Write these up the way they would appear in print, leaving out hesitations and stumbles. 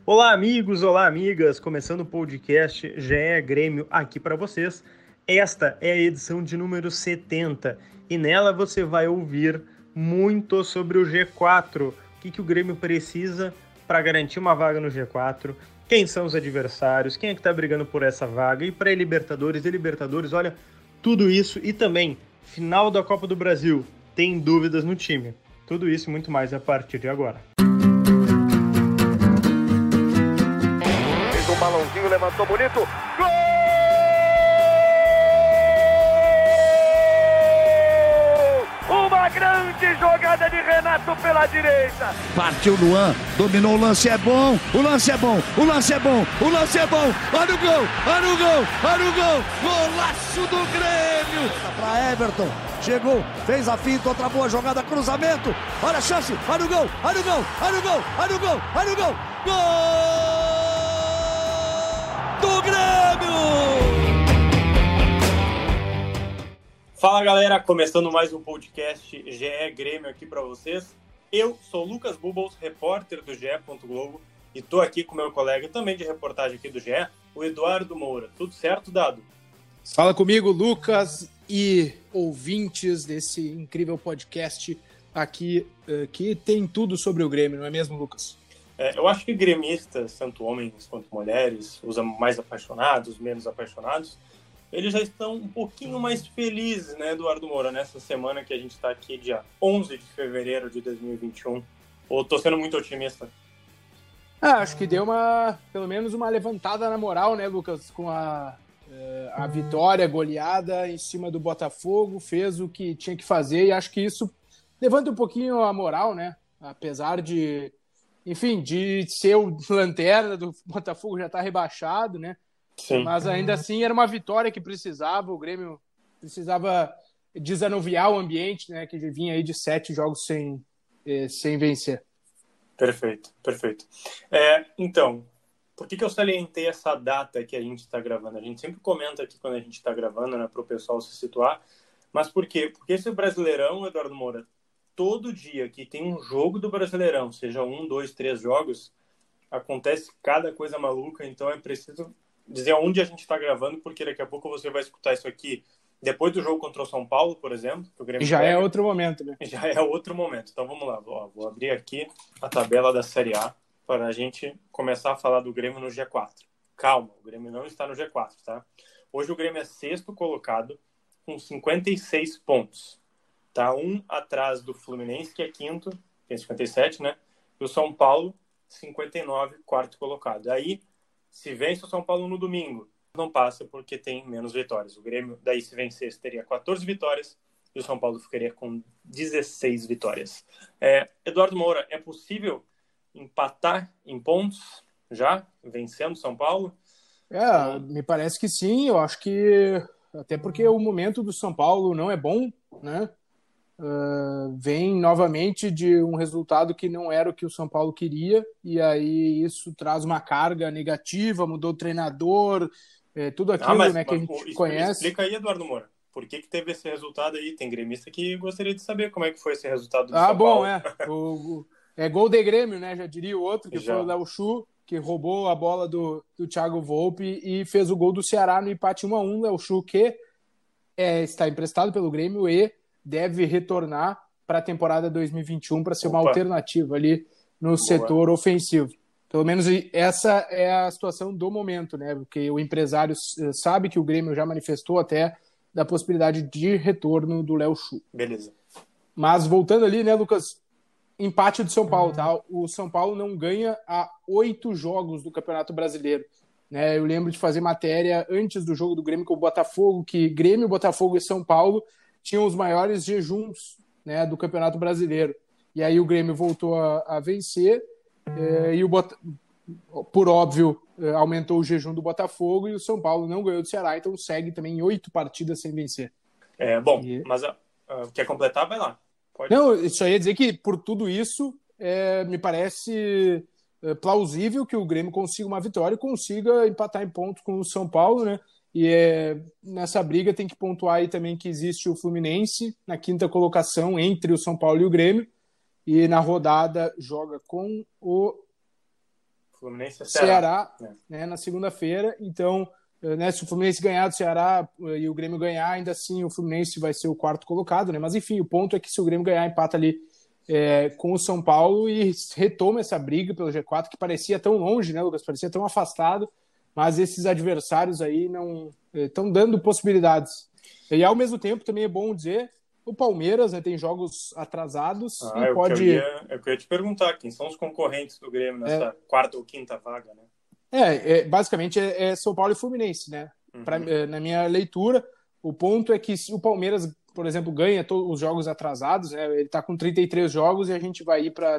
Olá, amigos, olá, amigas. Começando o podcast GE Grêmio aqui para vocês. Esta é a edição de número 70 e nela você vai ouvir muito sobre o G4. O que o Grêmio precisa para garantir uma vaga no G4, quem são os adversários, quem é que está brigando por essa vaga, e pré-Libertadores e Libertadores, olha, tudo isso e também final da Copa do Brasil. Tem dúvidas no time? Tudo isso e muito mais a partir de agora. Fez um balãozinho, levantou bonito. Gol! Uma grande jogada de Renato pela direita. Partiu Luan, dominou, o lance é bom, o lance é bom, o lance é bom, o lance é bom. Olha o gol, olha o gol, olha o gol. Golaço do Grêmio. Para Everton, chegou, fez a finta, outra boa jogada, cruzamento. Olha a chance, olha o gol, olha o gol, olha o gol, olha o gol, olha o gol. Gol do Grêmio! Fala galera, começando mais um podcast GE Grêmio aqui para vocês. Eu sou Lucas Bubbles, repórter do GE. Globo, e tô aqui com meu colega também de reportagem aqui do GE, o Eduardo Moura. Tudo certo, Dado? Fala comigo, Lucas, e ouvintes desse incrível podcast aqui, que tem tudo sobre o Grêmio, não é mesmo, Lucas? Eu acho que gremistas, tanto homens quanto mulheres, os mais apaixonados, menos apaixonados, eles já estão um pouquinho mais felizes, né, Eduardo Moura, nessa semana que a gente está aqui, dia 11 de fevereiro de 2021. Ou tô sendo muito otimista? Acho que deu pelo menos uma levantada na moral, né, Lucas, com a vitória goleada em cima do Botafogo, fez o que tinha que fazer, e acho que isso levanta um pouquinho a moral, né, apesar de, enfim, de ser o lanterna do Botafogo já tá rebaixado, né. Sim. Mas ainda assim era uma vitória que precisava, o Grêmio precisava desanuviar o ambiente, né, que vinha aí de 7 jogos sem vencer. Perfeito. Então, por que eu salientei essa data que a gente está gravando? A gente sempre comenta aqui quando a gente está gravando, né, para o pessoal se situar, mas por quê? Porque esse Brasileirão, Eduardo Moura, todo dia que tem um jogo do Brasileirão, seja 1, 2, 3 jogos, acontece cada coisa maluca, então é preciso dizer onde a gente está gravando, porque daqui a pouco você vai escutar isso aqui depois do jogo contra o São Paulo, por exemplo. Que o Grêmio já pega. É outro momento, né? Já é outro momento. Então vamos lá, vou abrir aqui a tabela da Série A para a gente começar a falar do Grêmio no G4. Calma, o Grêmio não está no G4, tá? Hoje o Grêmio é 6º colocado com 56 pontos. Tá um atrás do Fluminense, que é 5º, tem 57, né? E o São Paulo, 59, 4º colocado. Aí, se vence o São Paulo no domingo, não passa porque tem menos vitórias. O Grêmio, daí, se vencesse, teria 14 vitórias e o São Paulo ficaria com 16 vitórias. Eduardo Moura, é possível empatar em pontos já, vencendo o São Paulo? Me parece que sim. Eu acho que até porque o momento do São Paulo não é bom, né? Vem novamente de um resultado que não era o que o São Paulo queria, e aí isso traz uma carga negativa, mudou o treinador, tudo aquilo, né, que a gente conhece. Explica aí, Eduardo Moura, por que teve esse resultado aí? Tem gremista que gostaria de saber como é que foi esse resultado do São Paulo. É gol de Grêmio, né, já diria o outro, que foi o Léo Chu, que roubou a bola do Thiago Volpi e fez o gol do Ceará no empate 1-1. Léo Chu, que está emprestado pelo Grêmio e deve retornar para a temporada 2021 para ser uma alternativa ali no setor ofensivo. Pelo menos essa é a situação do momento, né? Porque o empresário sabe que o Grêmio já manifestou até da possibilidade de retorno do Léo Chu. Beleza. Mas voltando ali, né, Lucas? Empate do São Paulo, tá? O São Paulo não ganha há 8 jogos do Campeonato Brasileiro. Né? Eu lembro de fazer matéria antes do jogo do Grêmio com o Botafogo, que Grêmio, Botafogo e São Paulo tinham os maiores jejuns, né, do Campeonato Brasileiro. E aí o Grêmio voltou a vencer, por óbvio, aumentou o jejum do Botafogo, e o São Paulo não ganhou do Ceará, então segue também 8 partidas sem vencer. Mas quer completar? Vai lá. Pode. Não, eu só ia dizer que por tudo isso, me parece plausível que o Grêmio consiga uma vitória e consiga empatar em pontos com o São Paulo, né? E nessa briga tem que pontuar aí também que existe o Fluminense na 5ª colocação entre o São Paulo e o Grêmio, e na rodada joga com o Fluminense é Ceará, né, na segunda-feira. Então, né, se o Fluminense ganhar do Ceará e o Grêmio ganhar, ainda assim o Fluminense vai ser o quarto colocado, né? Mas enfim, o ponto é que se o Grêmio ganhar, empata ali com o São Paulo e retoma essa briga pelo G4, que parecia tão longe, né, Lucas? Parecia tão afastado, mas esses adversários aí não estão dando possibilidades. E ao mesmo tempo, também é bom dizer, o Palmeiras, né, tem jogos atrasados e pode... Eu queria te perguntar, quem são os concorrentes do Grêmio nessa quarta ou quinta vaga, né? Basicamente é São Paulo e Fluminense, né? Na minha leitura, o ponto é que se o Palmeiras, por exemplo, ganha todos os jogos atrasados, né? Ele está com 33 jogos e a gente vai ir para a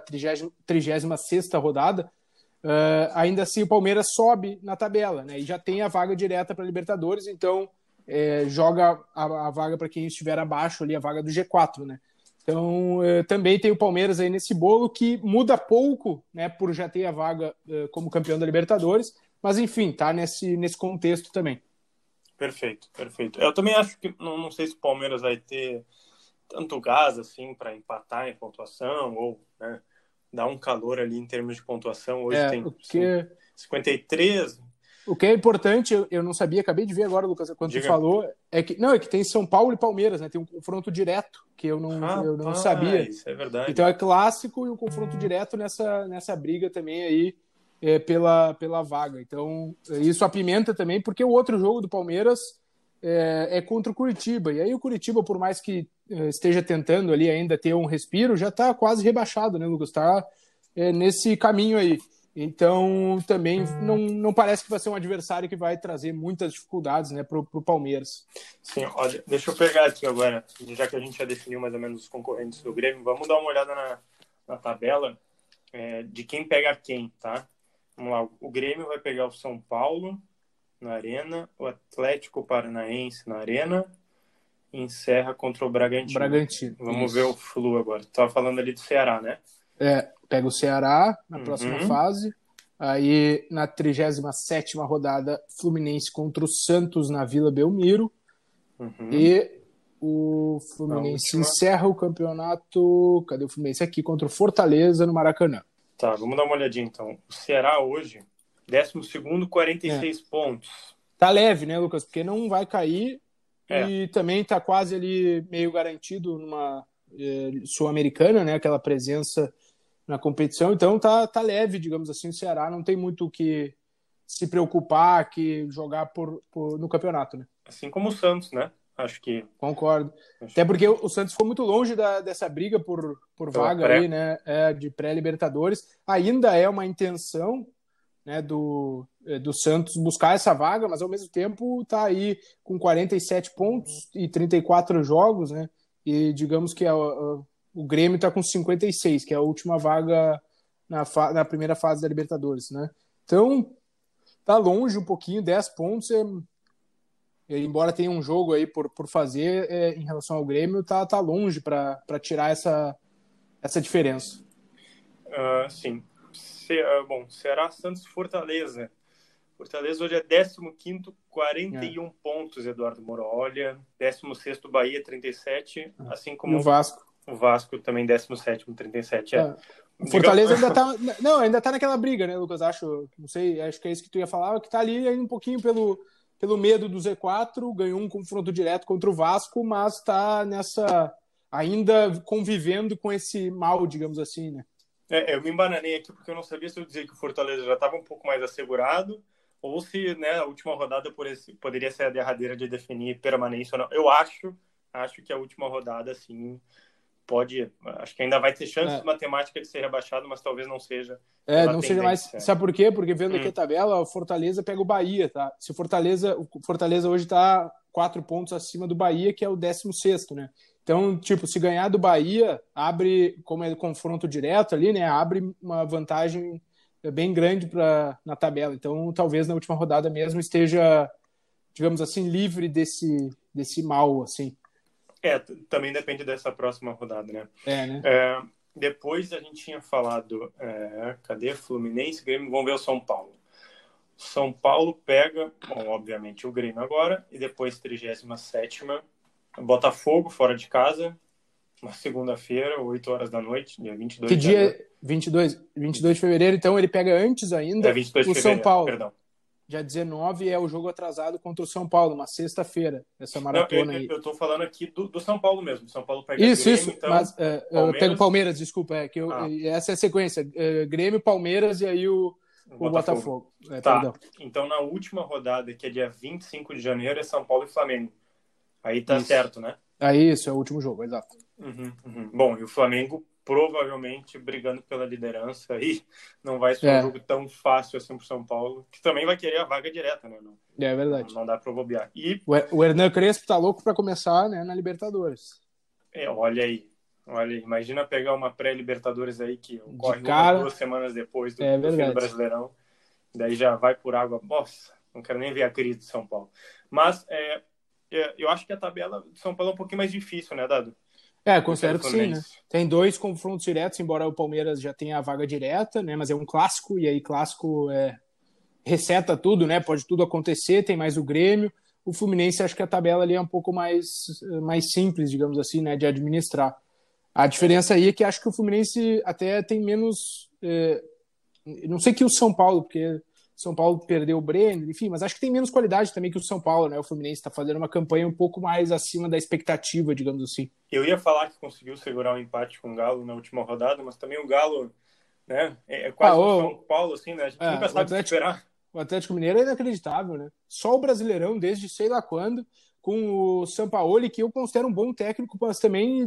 36ª rodada, ainda assim o Palmeiras sobe na tabela, né? E já tem a vaga direta para a Libertadores, então joga a vaga para quem estiver abaixo ali, a vaga do G4, né? Então, também tem o Palmeiras aí nesse bolo, que muda pouco, né, por já ter a vaga como campeão da Libertadores, mas enfim, tá nesse contexto também. Perfeito. Eu também acho que, não sei se o Palmeiras vai ter tanto gás assim para empatar em pontuação ou, né, dar um calor ali em termos de pontuação. Hoje tem 53. O que é importante, eu não sabia, acabei de ver agora, Lucas, quando tu falou, é que tem São Paulo e Palmeiras, né? Tem um confronto direto, que eu não sabia. Isso é verdade. Então é clássico e um confronto direto nessa briga também aí pela vaga. Então isso apimenta também, porque o outro jogo do Palmeiras é contra o Curitiba. E aí o Curitiba, por mais que esteja tentando ali ainda ter um respiro, já está quase rebaixado, né, Lucas? Está nesse caminho aí. Então, também não parece que vai ser um adversário que vai trazer muitas dificuldades, né, para o Palmeiras. Sim, olha, deixa eu pegar aqui agora, já que a gente já definiu mais ou menos os concorrentes do Grêmio, vamos dar uma olhada na tabela de quem pega quem, tá? Vamos lá, o Grêmio vai pegar o São Paulo na Arena, o Atlético Paranaense na Arena e encerra contra o Bragantino. Vamos ver o Flu agora. Tu estava falando ali do Ceará, né? Pega o Ceará na próxima fase. Aí, na 37ª rodada, Fluminense contra o Santos na Vila Belmiro. E o Fluminense encerra o campeonato... Cadê o Fluminense? Aqui, contra o Fortaleza no Maracanã. Tá, vamos dar uma olhadinha, então. O Ceará hoje, 12º, 46 pontos. Tá leve, né, Lucas? Porque não vai cair e também tá quase ali meio garantido numa Sul-Americana, né? Aquela presença na competição, então tá leve, digamos assim, o Ceará não tem muito o que se preocupar, que jogar no campeonato, né? Assim como o Santos, né? Acho que... Concordo. Até porque o Santos ficou muito longe dessa briga por vaga aí, né? De pré-Libertadores. Ainda é uma intenção, né, do Santos buscar essa vaga, mas ao mesmo tempo tá aí com 47 pontos e 34 jogos, né? E digamos que o Grêmio está com 56, que é a última vaga na primeira fase da Libertadores, né? Então, tá longe um pouquinho, 10 pontos. Embora tenha um jogo aí por fazer em relação ao Grêmio, tá longe para tirar essa diferença. Sim. Bom, Ceará, Santos, Fortaleza. Fortaleza hoje é 15º, 41 pontos, Eduardo Moura. Olha, 16º, Bahia, 37, assim como o Vasco. O Vasco também 17º, 37. O Fortaleza ainda tá naquela briga, né, Lucas? Acho que é isso que tu ia falar, que tá ali um pouquinho pelo medo do Z4, ganhou um confronto direto contra o Vasco, mas tá ainda convivendo com esse mal, digamos assim, né? Eu me embananei aqui porque eu não sabia se eu dizia que o Fortaleza já estava um pouco mais assegurado ou se, né, a última rodada poderia ser a derradeira de definir permanência ou não. Eu acho que a última rodada, assim, acho que ainda vai ter chance matemática de ser rebaixado, mas talvez não seja. Não seja mais. Sabe por quê? Porque vendo aqui a tabela, o Fortaleza pega o Bahia, tá? Se o Fortaleza hoje tá 4 pontos acima do Bahia, que é o 16º, né? Então, tipo, se ganhar do Bahia, abre, como é confronto direto ali, né? Abre uma vantagem bem grande na tabela. Então, talvez na última rodada mesmo esteja, digamos assim, livre desse mal, assim. Também depende dessa próxima rodada, né? Né? Depois a gente tinha falado, cadê? Fluminense, Grêmio, vamos ver o São Paulo. São Paulo pega, bom, obviamente, o Grêmio agora, e depois 37ª, Botafogo, fora de casa, uma segunda-feira, 8 horas da noite, dia 22 Que de dia? janeiro. 22 de fevereiro, então ele pega antes ainda 22 de o fevereiro, São Paulo. perdão. Dia 19 é o jogo atrasado contra o São Paulo, uma sexta-feira, essa Não, maratona aí. eu tô falando aqui do São Paulo mesmo. São Paulo pega Isso, Grêmio, isso, então, mas eu pego Palmeiras, desculpa, essa é a sequência, Grêmio, Palmeiras e aí o Botafogo. Tá, Perdão. então na última rodada, que é dia 25 de janeiro, é São Paulo e Flamengo. Aí tá Isso. certo, né? Aí isso, é o último jogo, exato. Bom, e o Flamengo provavelmente brigando pela liderança aí, não vai ser um jogo tão fácil assim pro São Paulo, que também vai querer a vaga direta, né? Não, é verdade. Não dá pra bobear. E o Hernan Crespo tá louco pra começar, né, na Libertadores. Olha aí, imagina pegar uma pré-Libertadores aí que ocorre cara, 2 semanas depois do fim verdade. do Brasileirão, daí já vai por água. Nossa, não quero nem ver a crise de São Paulo. Mas eu acho que a tabela de São Paulo é um pouquinho mais difícil, né, Dado? Considero que sim, né? Tem 2 confrontos diretos, embora o Palmeiras já tenha a vaga direta, né? Mas é um clássico, e aí clássico reseta tudo, né? Pode tudo acontecer, tem mais o Grêmio. O Fluminense, acho que a tabela ali é um pouco mais simples, digamos assim, né? De administrar. A diferença aí é que acho que o Fluminense até tem menos... não sei que o São Paulo, porque São Paulo perdeu o Brenner, enfim, mas acho que tem menos qualidade também que o São Paulo, né? O Fluminense está fazendo uma campanha um pouco mais acima da expectativa, digamos assim. Eu ia falar que conseguiu segurar um empate com o Galo na última rodada, mas também o Galo, né? É quase o São Paulo, assim, né? A gente nunca sabe o que esperar. O Atlético Mineiro é inacreditável, né? Só o Brasileirão, desde sei lá quando, com o Sampaoli, que eu considero um bom técnico, mas também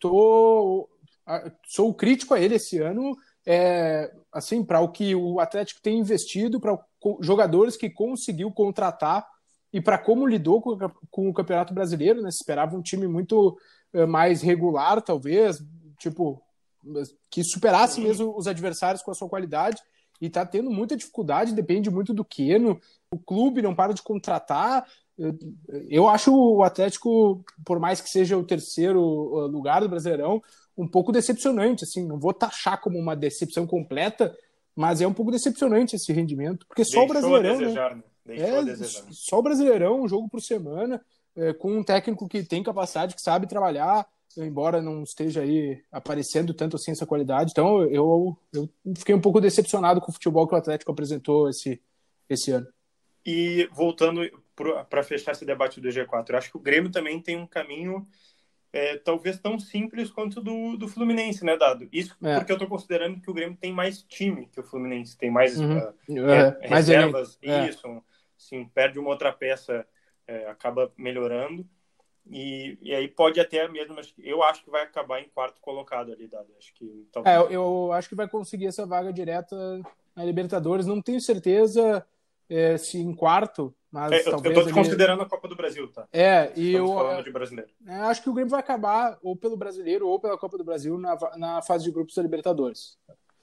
sou crítico a ele esse ano, assim, para o que o Atlético tem investido, para jogadores que conseguiu contratar e para como lidou com o Campeonato Brasileiro, né? Se esperava um time muito mais regular, talvez, tipo, que superasse mesmo os adversários com a sua qualidade, e tá tendo muita dificuldade, depende muito do Queno, o clube não para de contratar. Eu acho o Atlético, por mais que seja o terceiro lugar do Brasileirão, um pouco decepcionante, assim, não vou taxar como uma decepção completa, mas é um pouco decepcionante esse rendimento, porque só o Brasileirão, né? Só o Brasileirão, um jogo por semana, com um técnico que tem capacidade, que sabe trabalhar, embora não esteja aí aparecendo tanto assim essa qualidade. Então eu fiquei um pouco decepcionado com o futebol que o Atlético apresentou esse ano. E voltando para fechar esse debate do G4, eu acho que o Grêmio também tem um caminho talvez tão simples quanto do Fluminense, né, Dado? Isso porque eu estou considerando que o Grêmio tem mais time que o Fluminense, tem mais reservas, isso, sim, perde uma outra peça, acaba melhorando, e aí pode até mesmo, eu acho que vai acabar em quarto colocado ali, Dado. Acho que, eu acho que vai conseguir essa vaga direta na Libertadores, não tenho certeza se em quarto, mas talvez... Eu tô considerando a Copa do Brasil, tá? E estamos falando de brasileiro. Acho que o Grêmio vai acabar ou pelo Brasileiro ou pela Copa do Brasil na fase de grupos da Libertadores.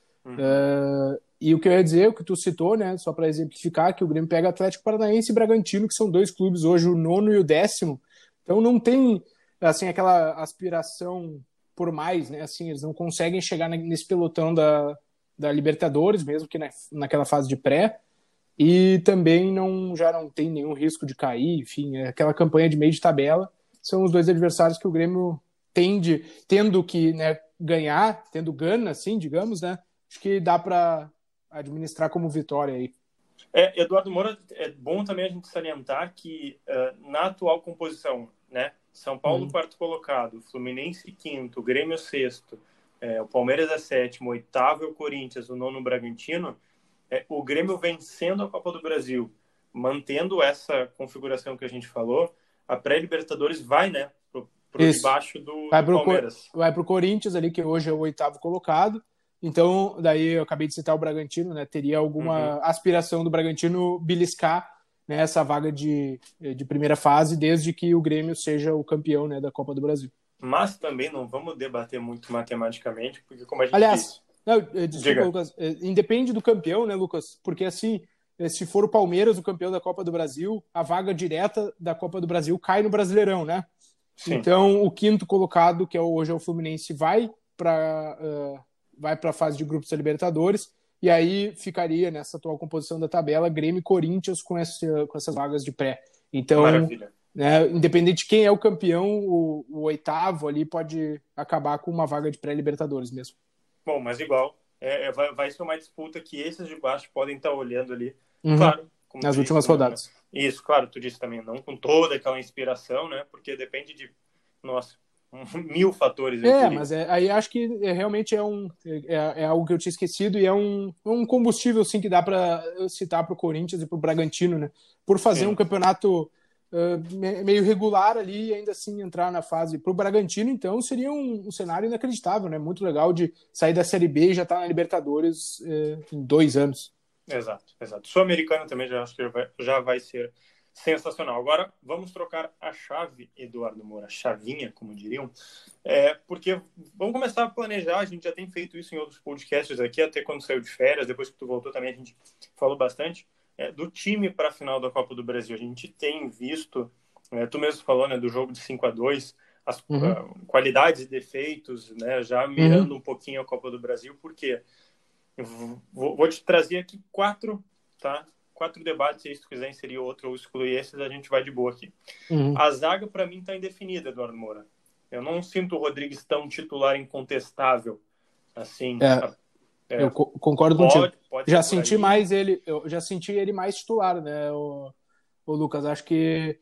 E o que eu ia dizer, o que tu citou, né, só para exemplificar, que o Grêmio pega Atlético Paranaense e Bragantino, que são 2 clubes hoje, o 9º e o 10º. Então não tem, assim, aquela aspiração por mais, né? Assim, eles não conseguem chegar nesse pelotão da Libertadores, mesmo que naquela fase de pré. E também já não tem nenhum risco de cair, enfim, aquela campanha de meio de tabela. São os 2 adversários que o Grêmio tendo que, né, ganhar, tendo gana, assim, digamos, né? Acho que dá para administrar como vitória aí. Eduardo Moura, é bom também a gente salientar que na atual composição, né, São Paulo quarto colocado, Fluminense quinto, Grêmio sexto, o Palmeiras é 7º, 8º é o Corinthians, o 9º Bragantino, o Grêmio vencendo a Copa do Brasil, mantendo essa configuração que a gente falou, a pré-Libertadores vai, né, pro debaixo do Palmeiras. Vai pro Corinthians ali, que hoje é o 8º colocado. Então, daí eu acabei de citar o Bragantino, né? Teria alguma aspiração do Bragantino beliscar, né, essa vaga de primeira fase, desde que o Grêmio seja o campeão, né, da Copa do Brasil. Mas também não vamos debater muito matematicamente, porque como a gente disse... Desculpa, Lucas, independe do campeão, né, Lucas? Porque assim, se for o Palmeiras o campeão da Copa do Brasil, a vaga direta da Copa do Brasil cai no Brasileirão, né? Sim. Então, o 5º colocado, que hoje é o Fluminense, vai para a fase de grupos da Libertadores, e aí ficaria nessa atual composição da tabela Grêmio e Corinthians com essas vagas de pré. Então, maravilha. né, independente de quem é o campeão, o oitavo ali pode acabar com uma vaga de pré-Libertadores mesmo. Bom, mas igual, vai ser uma disputa que esses de baixo podem estar olhando ali, claro. Como nas últimas disse, rodadas. Né? Isso, claro, tu disse também, não com toda aquela inspiração, né? Porque depende de, 1000 fatores. Mas aí acho que realmente é algo que eu tinha esquecido e é um combustível, sim, que dá para citar para o Corinthians e para o Bragantino, né? Por fazer um campeonato meio regular ali e ainda assim entrar na fase. Para o Bragantino, então, seria um cenário inacreditável, né? Muito legal de sair da Série B e já estar na Libertadores em 2 anos. Exato. Sul-Americano também já acho que já vai ser sensacional. Agora, vamos trocar a chave, Eduardo Moura, chavinha, como diriam, porque vamos começar a planejar, a gente já tem feito isso em outros podcasts aqui, até quando saiu de férias, depois que tu voltou também a gente falou bastante, do time para a final da Copa do Brasil. A gente tem visto, tu mesmo falou, né, do jogo de 5-2, as qualidades e defeitos, né, já mirando um pouquinho a Copa do Brasil, porque vou te trazer aqui 4 debates, se tu quiser inserir outro ou excluir esses, a gente vai de boa aqui. A zaga, para mim, está indefinida, Eduardo Moura. Eu não sinto o Rodrigues tão titular incontestável, assim. Eu concordo contigo. Pode já senti mais ele, eu já senti ele mais titular, né, o Lucas. Acho que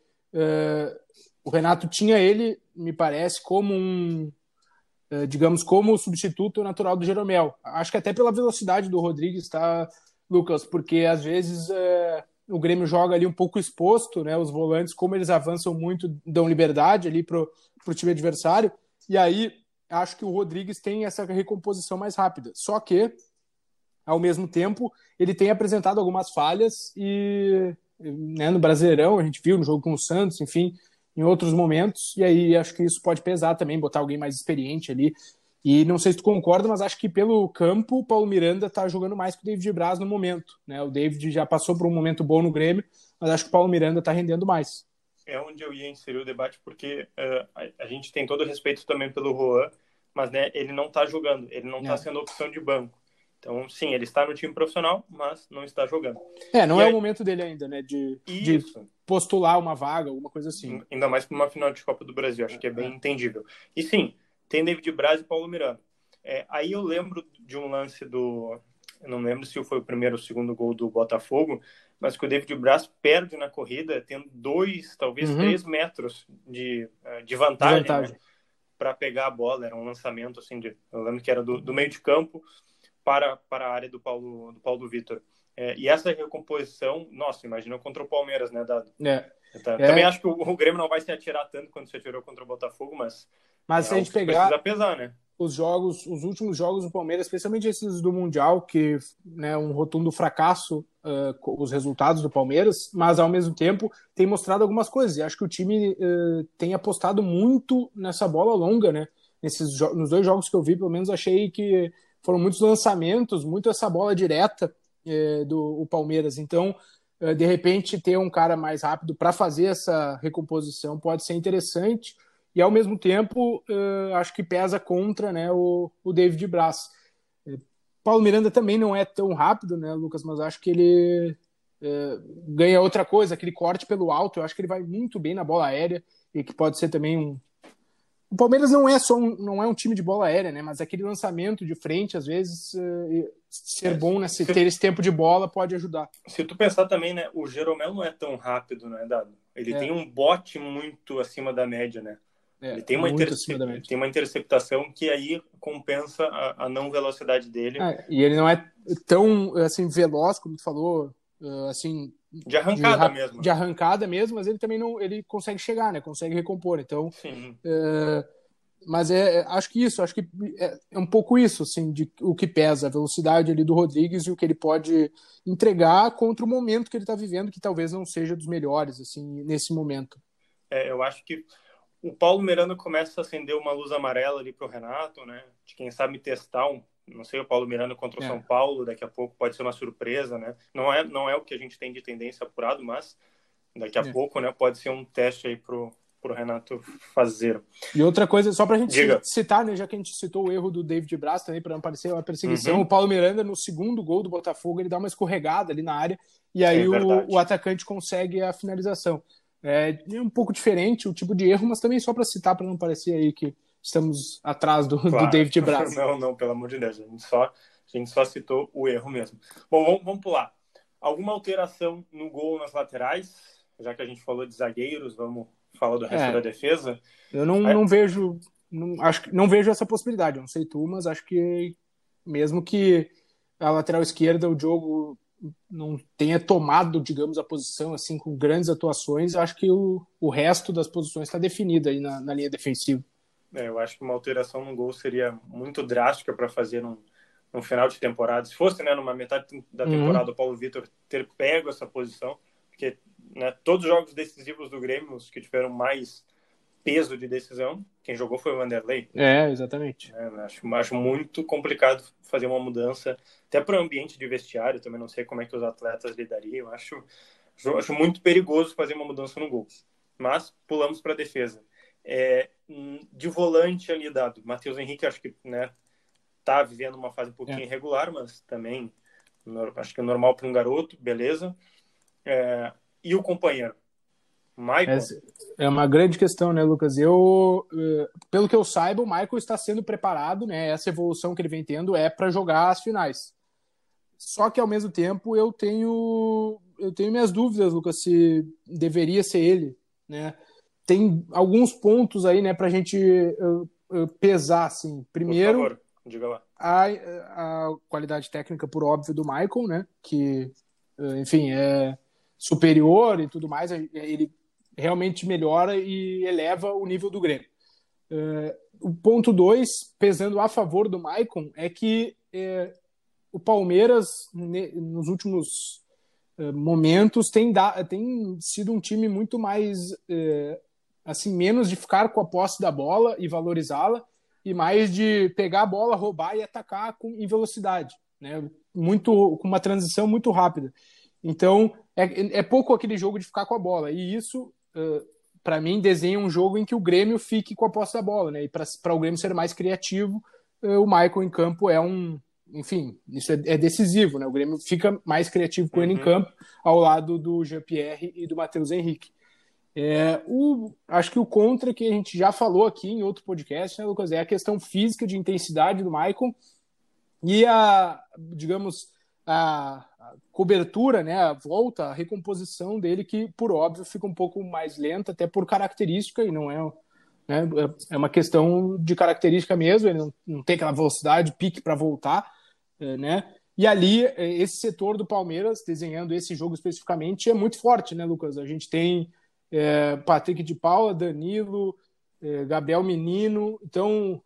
o Renato tinha ele, me parece, como digamos, como substituto natural do Jeromel. Acho que até pela velocidade do Rodrigues, tá, Lucas? Porque às vezes o Grêmio joga ali um pouco exposto, né? Os volantes, como eles avançam muito, dão liberdade ali pro time adversário. E aí acho que o Rodrigues tem essa recomposição mais rápida. Só que, ao mesmo tempo, ele tem apresentado algumas falhas e, né, no Brasileirão, a gente viu no jogo com o Santos, enfim, em outros momentos, e aí acho que isso pode pesar também, botar alguém mais experiente ali. E não sei se tu concorda, mas acho que pelo campo o Paulo Miranda tá jogando mais que o David Braz no momento, né? O David já passou por um momento bom no Grêmio, mas acho que o Paulo Miranda tá rendendo mais. É onde eu ia inserir o debate, porque a gente tem todo o respeito também pelo Juan, mas, né, ele não tá jogando, ele não tá sendo opção de banco. Então, sim, ele está no time profissional, mas não está jogando. Não é o momento dele ainda, né? De postular uma vaga, alguma coisa assim. Ainda mais para uma final de Copa do Brasil, acho que é bem entendível. E sim, tem David Braz e Paulo Miranda. Aí eu lembro de um lance eu não lembro se foi o primeiro ou o segundo gol do Botafogo, mas que o David Braz perde na corrida, tendo 2, talvez 3 metros de vantagem. Né, para pegar a bola. Era um lançamento, assim, eu lembro que era do meio de campo para a área do Paulo Vitor. E essa recomposição, nossa, imagina contra o Palmeiras, né, Dado? Também acho que o Grêmio não vai se atirar tanto quando se atirou contra o Botafogo, mas se a gente pegar precisa pesar, né? Os últimos jogos do Palmeiras, especialmente esses do Mundial, que, né, um rotundo fracasso, os resultados do Palmeiras, mas ao mesmo tempo tem mostrado algumas coisas, e acho que o time tem apostado muito nessa bola longa, né? Nos 2 jogos que eu vi, pelo menos achei que foram muitos lançamentos, muito essa bola direta do Palmeiras. Então, de repente, ter um cara mais rápido para fazer essa recomposição pode ser interessante. E, ao mesmo tempo, acho que pesa contra, né, o David Braz. Paulo Miranda também não é tão rápido, né, Lucas? Mas acho que ele ganha outra coisa, aquele corte pelo alto. Eu acho que ele vai muito bem na bola aérea e que pode ser também O Palmeiras não é um time de bola aérea, né? Mas aquele lançamento de frente, às vezes, ser bom, né? Ter esse tempo de bola pode ajudar. Se tu pensar também, né? O Jeromel não é tão rápido, né, Dado? Ele tem um bote muito acima da média, né? Ele tem uma interceptação que aí compensa a não velocidade dele. E ele não é tão, assim, veloz, como tu falou, assim... De arrancada mesmo. De arrancada mesmo, mas ele também não... Ele consegue chegar, né? Consegue recompor. Então... Sim. Mas acho que é um pouco isso, assim, de o que pesa, a velocidade ali do Rodrigues e o que ele pode entregar contra o momento que ele está vivendo, que talvez não seja dos melhores, assim, nesse momento. Eu acho que o Paulo Miranda começa a acender uma luz amarela ali pro Renato, né? De quem sabe testar não sei, o Paulo Miranda contra o São Paulo, daqui a pouco pode ser uma surpresa, né? Não é o que a gente tem de tendência apurado, mas daqui a pouco, né, pode ser um teste aí pro Renato fazer. E outra coisa, só pra gente citar, né, já que a gente citou o erro do David Braz também, para não parecer uma perseguição, o Paulo Miranda, no segundo gol do Botafogo, ele dá uma escorregada ali na área, e aí o atacante consegue a finalização. É um pouco diferente o tipo de erro, mas também só para citar, para não parecer aí que estamos atrás do David Braz. Não, pelo amor de Deus. A gente só citou o erro mesmo. Bom, vamos pular. Alguma alteração no gol nas laterais? Já que a gente falou de zagueiros, vamos falar do resto da defesa? Eu não vejo... Não vejo essa possibilidade. Eu não sei tu, mas acho que mesmo que a lateral esquerda, o Diogo não tenha tomado, digamos, a posição assim com grandes atuações, acho que o resto das posições está definido aí na linha defensiva. Eu acho que uma alteração no gol seria muito drástica para fazer num final de temporada. Se fosse, né, numa metade da temporada, o Paulo Vitor ter pego essa posição, porque, né, todos os jogos decisivos do Grêmio, os que tiveram mais peso de decisão, quem jogou foi o Vanderlei. Exatamente. Acho muito complicado fazer uma mudança, até para o ambiente de vestiário, também não sei como é que os atletas lidariam. Acho muito perigoso fazer uma mudança no gol. Mas pulamos para a defesa. De volante ali dado, Matheus Henrique, acho que, né, tá vivendo uma fase um pouquinho irregular, mas também acho que é normal para um garoto, beleza. E o companheiro? Michael? É uma grande questão, né, Lucas? Pelo que eu saiba, o Michael está sendo preparado, né? Essa evolução que ele vem tendo é para jogar as finais. Só que, ao mesmo tempo, eu tenho minhas dúvidas, Lucas, se deveria ser ele, né? Tem alguns pontos aí, né, para a gente pesar, assim. Primeiro, por favor, diga lá. A qualidade técnica, por óbvio, do Michael, né? Que, enfim, é superior e tudo mais. Ele realmente melhora e eleva o nível do Grêmio. O ponto 2, pesando a favor do Maicon, é que o Palmeiras, nos últimos momentos, tem sido um time muito mais, assim, menos de ficar com a posse da bola e valorizá-la, e mais de pegar a bola, roubar e atacar em velocidade, né? Com uma transição muito rápida. Então, é pouco aquele jogo de ficar com a bola. E isso, para mim, desenha um jogo em que o Grêmio fique com a posse da bola, né? E para o Grêmio ser mais criativo, o Michael em campo enfim, isso é decisivo, né? O Grêmio fica mais criativo com ele em campo, ao lado do Jean-Pierre e do Matheus Henrique. Acho que o contra que a gente já falou aqui em outro podcast, né, Lucas, é a questão física de intensidade do Michael e digamos, a cobertura, né, a volta, a recomposição dele, que, por óbvio, fica um pouco mais lenta, até por característica, e não é uma questão de característica mesmo, ele não tem aquela velocidade, pique para voltar, né? E ali, esse setor do Palmeiras, desenhando esse jogo especificamente, é muito forte, né, Lucas? A gente tem Patrick de Paula, Danilo, Gabriel Menino, então...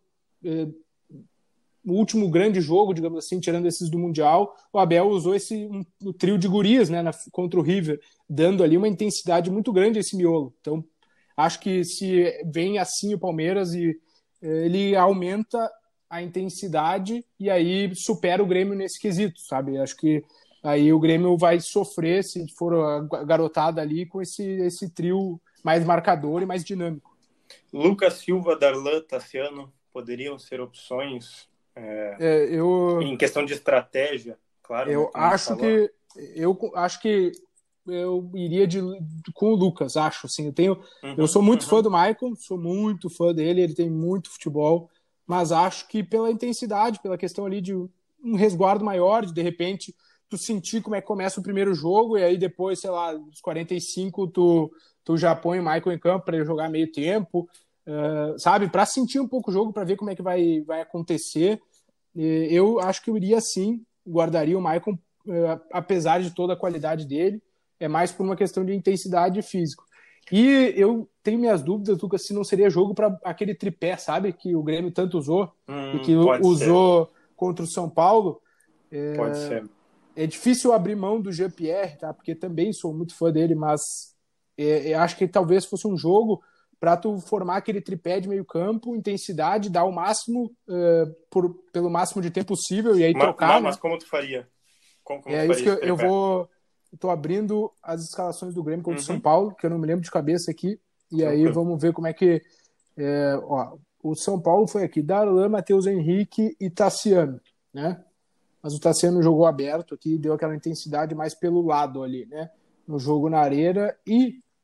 o último grande jogo, digamos assim, tirando esses do Mundial, o Abel usou o trio de gurias, né, contra o River, dando ali uma intensidade muito grande a esse miolo. Então, acho que se vem assim o Palmeiras e ele aumenta a intensidade e aí supera o Grêmio nesse quesito, sabe? Acho que aí o Grêmio vai sofrer se for a garotada ali com esse trio mais marcador e mais dinâmico. Lucas Silva, Darlan, Tassiano poderiam ser opções... em questão de estratégia, claro. Eu acho que eu iria com o Lucas, acho. Assim, eu sou muito fã do Maicon, sou muito fã dele, ele tem muito futebol, mas acho que pela intensidade, pela questão ali de um resguardo maior, de repente tu sentir como é que começa o primeiro jogo e aí depois, sei lá, dos 45 tu já põe o Maicon em campo para ele jogar meio tempo, sabe? Para sentir um pouco o jogo, para ver como é que vai acontecer. Eu acho que eu iria sim, guardaria o Maicon, apesar de toda a qualidade dele, é mais por uma questão de intensidade e físico. E eu tenho minhas dúvidas, Lucas, se não seria jogo para aquele tripé, sabe? Que o Grêmio tanto usou e que usou contra o São Paulo. Pode ser. É difícil abrir mão do Jean-Pierre, tá? Porque também sou muito fã dele, mas acho que talvez fosse um jogo para tu formar aquele tripé de meio campo, intensidade, dar o máximo pelo máximo de tempo possível e aí trocar. Mas como tu faria? Como isso que eu tô abrindo as escalações do Grêmio contra o São Paulo, que eu não me lembro de cabeça aqui, e aí vamos ver como é que... o São Paulo foi aqui, Darlan, Matheus Henrique e Tassiano, né? Mas o Tassiano jogou aberto aqui, deu aquela intensidade mais pelo lado ali, né? No jogo na Areia, e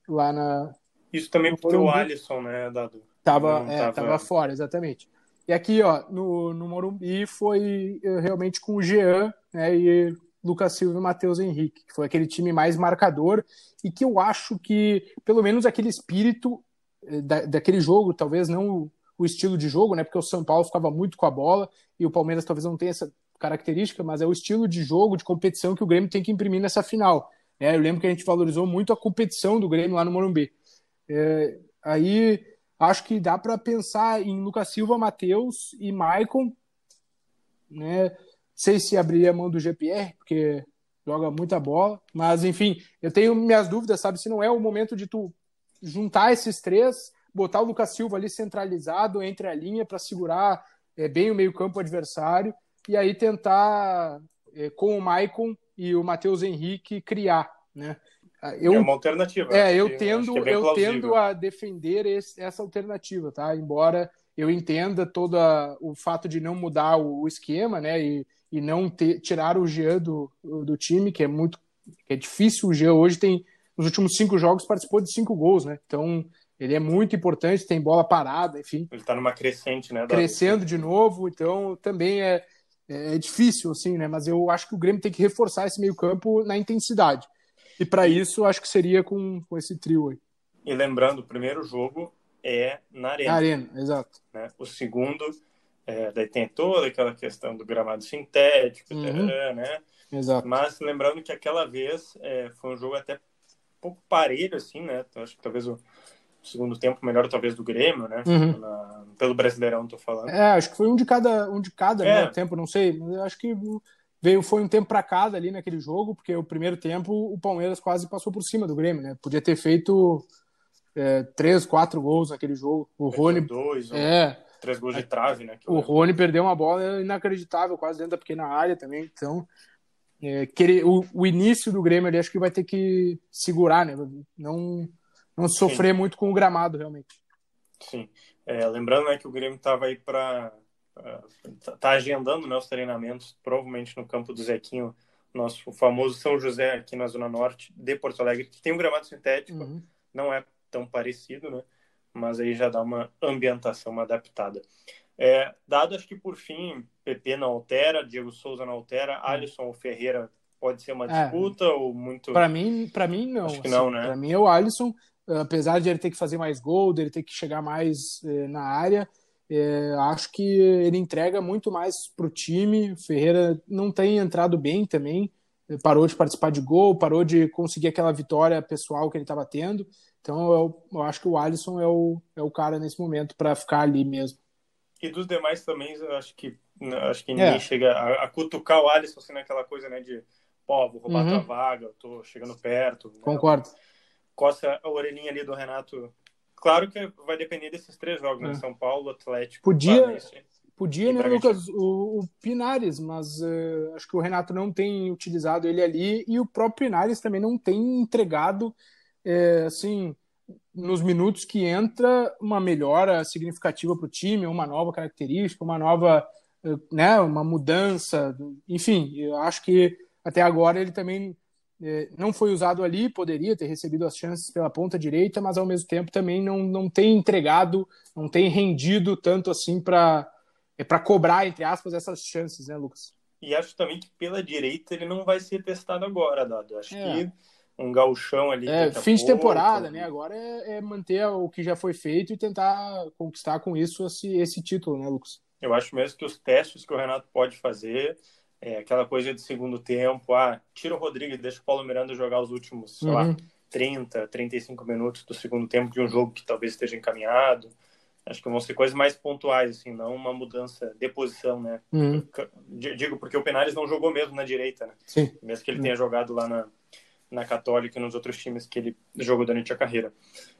lá na... Isso também porque o Alisson, né, Dado? Tava fora, exatamente. E aqui, ó, no Morumbi foi realmente com o Jean, né, e Lucas Silva e Matheus Henrique, que foi aquele time mais marcador e que eu acho que, pelo menos aquele espírito daquele jogo, talvez não o estilo de jogo, né, porque o São Paulo ficava muito com a bola e o Palmeiras talvez não tenha essa característica, mas é o estilo de jogo, de competição que o Grêmio tem que imprimir nessa final. Eu lembro que a gente valorizou muito a competição do Grêmio lá no Morumbi. Aí acho que dá para pensar em Lucas Silva, Matheus e Maicon, né? Não sei se abriria a mão do GPR, porque joga muita bola, mas enfim, eu tenho minhas dúvidas, sabe, se não é o momento de tu juntar esses três, botar o Lucas Silva ali centralizado entre a linha para segurar bem o meio-campo adversário e aí tentar, com o Maicon e o Matheus Henrique, criar, né? É uma alternativa. Eu tendo a defender essa alternativa, tá? Embora eu entenda todo o fato de não mudar o esquema, né? E não tirar o Jean do time, que é difícil. O Jean hoje nos últimos 5 jogos, participou de 5 gols, né? Então, ele é muito importante, tem bola parada, enfim. Ele tá numa crescente, né? Crescendo de novo, então também é difícil, assim, né? Mas eu acho que o Grêmio tem que reforçar esse meio-campo na intensidade. E para isso, acho que seria com esse trio aí. E lembrando, o primeiro jogo é na Arena. Na Arena, exato. Né? O segundo, daí tem toda aquela questão do gramado sintético, né? Exato. Mas lembrando que aquela vez foi um jogo até um pouco parelho, assim, né? Então, acho que talvez o segundo tempo melhor, talvez, do Grêmio, né? Pelo Brasileirão, tô falando. Acho que foi um de cada né, tempo, não sei. Mas eu acho que foi um tempo para cada ali naquele jogo, porque o primeiro tempo o Palmeiras quase passou por cima do Grêmio, né? Podia ter feito 3, 4 gols naquele jogo. O Rony... 3 gols de trave, né? O Rony perdeu uma bola inacreditável, quase dentro da pequena área também. Então, o início do Grêmio ali acho que vai ter que segurar, né? Não sofrer muito com o gramado, realmente. Sim. Lembrando, né, que o Grêmio estava aí tá agendando, né, os treinamentos, provavelmente no campo do Zequinho, o famoso São José, aqui na Zona Norte de Porto Alegre, que tem um gramado sintético, não é tão parecido, né, mas aí já dá uma ambientação, uma adaptada. Dado, acho que por fim, PP não altera, Diego Souza não altera, Alisson ou Ferreira pode ser uma disputa ou muito... Para mim, não. Acho que não, né? Para mim é o Alisson, apesar de ele ter que fazer mais gol, dele ter que chegar mais na área, acho que ele entrega muito mais pro time. O Ferreira não tem entrado bem também, parou de participar de gol, parou de conseguir aquela vitória pessoal que ele estava tendo. Então eu acho que o Alisson é o cara nesse momento para ficar ali mesmo. E dos demais também, eu acho que ninguém chega a cutucar o Alisson assim, naquela coisa, né, de vou roubar tua vaga, eu tô chegando perto. Né? Concordo. Coça a orelhinha ali do Renato. Claro que vai depender desses 3 jogos, né? São Paulo, Atlético, Podia, né, Lucas, o Pinares, mas acho que o Renato não tem utilizado ele ali e o próprio Pinares também não tem entregado, assim, nos minutos que entra, uma melhora significativa para o time, uma nova característica, uma nova, né, uma mudança, enfim, eu acho que até agora ele também não foi usado ali, poderia ter recebido as chances pela ponta direita, mas ao mesmo tempo também não tem entregado, não tem rendido tanto assim para cobrar, entre aspas, essas chances, né, Lucas? E acho também que pela direita ele não vai ser testado agora, Dado. Acho que um gauchão ali... fim de temporada, né? Agora é manter o que já foi feito e tentar conquistar com isso esse título, né, Lucas? Eu acho mesmo que os testes que o Renato pode fazer... aquela coisa de segundo tempo, tira o Rodrigo e deixa o Paulo Miranda jogar os últimos, sei lá, 30, 35 minutos do segundo tempo de um jogo que talvez esteja encaminhado. Acho que vão ser coisas mais pontuais, assim, não uma mudança de posição, né? Digo porque o Penares não jogou mesmo na direita, né? Sim. Mesmo que ele tenha jogado lá na Católica e nos outros times que ele jogou durante a carreira.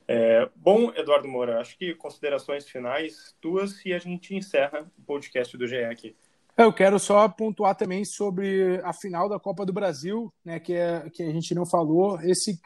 Bom, Eduardo Moura, acho que considerações finais tuas e a gente encerra o podcast do GE aqui. Eu quero só pontuar também sobre a final da Copa do Brasil, né, que a gente não falou,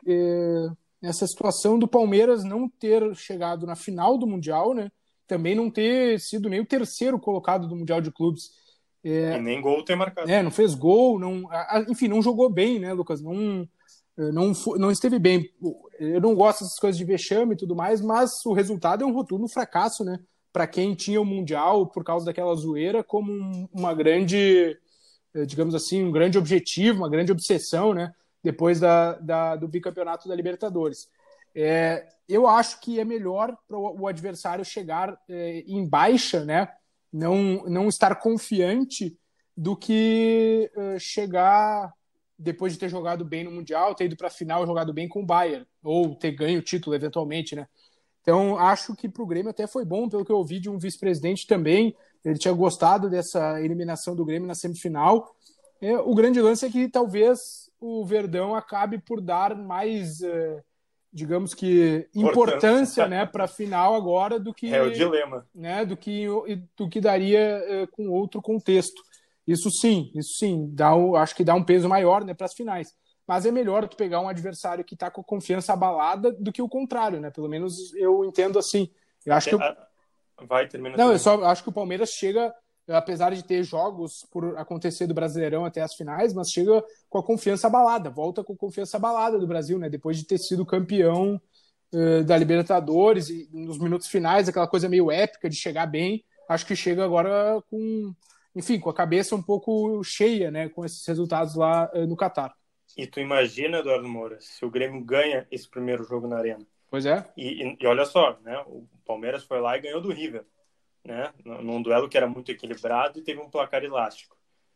essa situação do Palmeiras não ter chegado na final do Mundial, né, também não ter sido nem o terceiro colocado do Mundial de Clubes. E nem gol ter marcado. Não fez gol, enfim, não jogou bem, né, Lucas? não esteve bem. Eu não gosto dessas coisas de vexame e tudo mais, mas o resultado é um rotundo fracasso, né? Para quem tinha o Mundial por causa daquela zoeira como uma grande, digamos assim, um grande objetivo, uma grande obsessão, né? Depois do bicampeonato da Libertadores. Eu acho que é melhor para o adversário chegar em baixa, né? Não estar confiante do que chegar depois de ter jogado bem no Mundial, ter ido para a final e jogado bem com o Bayern, ou ter ganho o título eventualmente, né? Então, acho que para o Grêmio até foi bom, pelo que eu ouvi de um vice-presidente também, ele tinha gostado dessa eliminação do Grêmio na semifinal. O grande lance é que talvez o Verdão acabe por dar mais, digamos que, importância, né, para a final agora do que... É o dilema. Né, do que daria com outro contexto. Isso sim, acho que dá um peso maior, né, para as finais. Mas é melhor tu pegar um adversário que está com a confiança abalada do que o contrário, né? Pelo menos eu entendo assim. Eu acho que Vai, termina. Não, eu só acho que o Palmeiras chega, apesar de ter jogos por acontecer do Brasileirão até as finais, mas chega com a confiança abalada, volta com a confiança abalada do Brasil, né? Depois de ter sido campeão da Libertadores e nos minutos finais, aquela coisa meio épica de chegar bem, acho que chega agora com a cabeça um pouco cheia, né? Com esses resultados lá no Catar. E tu imagina, Eduardo Moura, se o Grêmio ganha esse primeiro jogo na Arena. Pois é. E olha só, né? O Palmeiras foi lá e ganhou do River, né? Num duelo que era muito equilibrado e teve um placar elástico.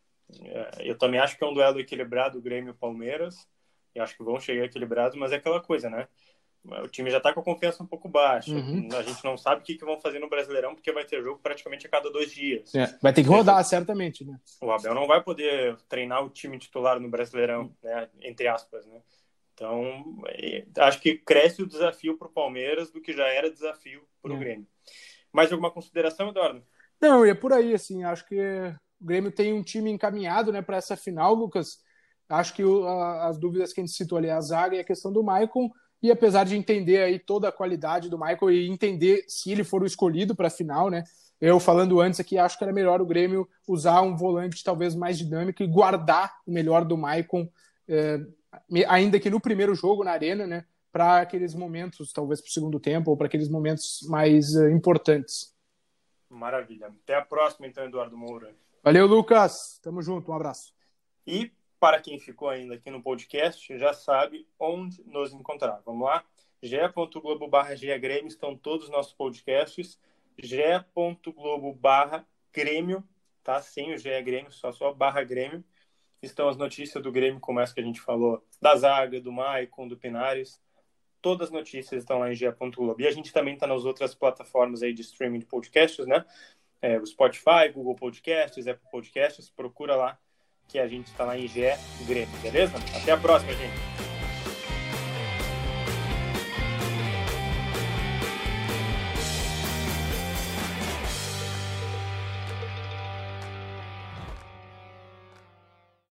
Eu também acho que é um duelo equilibrado, o Grêmio e o Palmeiras. Eu acho que vão chegar equilibrados, mas é aquela coisa, né? O time já está com a confiança um pouco baixa. Uhum. A gente não sabe o que vão fazer no Brasileirão, porque vai ter jogo praticamente a cada 2 dias. Vai ter que rodar, certamente, né? O Abel não vai poder treinar o time titular no Brasileirão, né? Entre aspas, né? Então, acho que cresce o desafio para o Palmeiras do que já era desafio para o Grêmio. Mais alguma consideração, Eduardo? Não, é por aí, assim. Acho que o Grêmio tem um time encaminhado, né, para essa final, Lucas. Acho que as dúvidas que a gente citou ali, a zaga e a questão do Maicon. E apesar de entender aí toda a qualidade do Michael e entender se ele for o escolhido para a final, né? Eu falando antes aqui, acho que era melhor o Grêmio usar um volante talvez mais dinâmico e guardar o melhor do Maicon, ainda que no primeiro jogo na Arena, né? Para aqueles momentos, talvez para o segundo tempo, ou para aqueles momentos mais importantes. Maravilha. Até a próxima, então, Eduardo Moura. Valeu, Lucas. Tamo junto. Um abraço. E para quem ficou ainda aqui no podcast, já sabe onde nos encontrar. Vamos lá? ge.globo/Grêmio estão todos os nossos podcasts. ge.globo/Grêmio, tá? Sem o GE Grêmio, só /Grêmio. Estão as notícias do Grêmio, como essa que a gente falou, da zaga, do Maicon, do Pinares. Todas as notícias estão lá em ge.globo. E a gente também está nas outras plataformas aí de streaming de podcasts, né? O Spotify, Google Podcasts, Apple Podcasts. Procura lá que a gente está lá em GE Grêmio, beleza? Até a próxima, gente!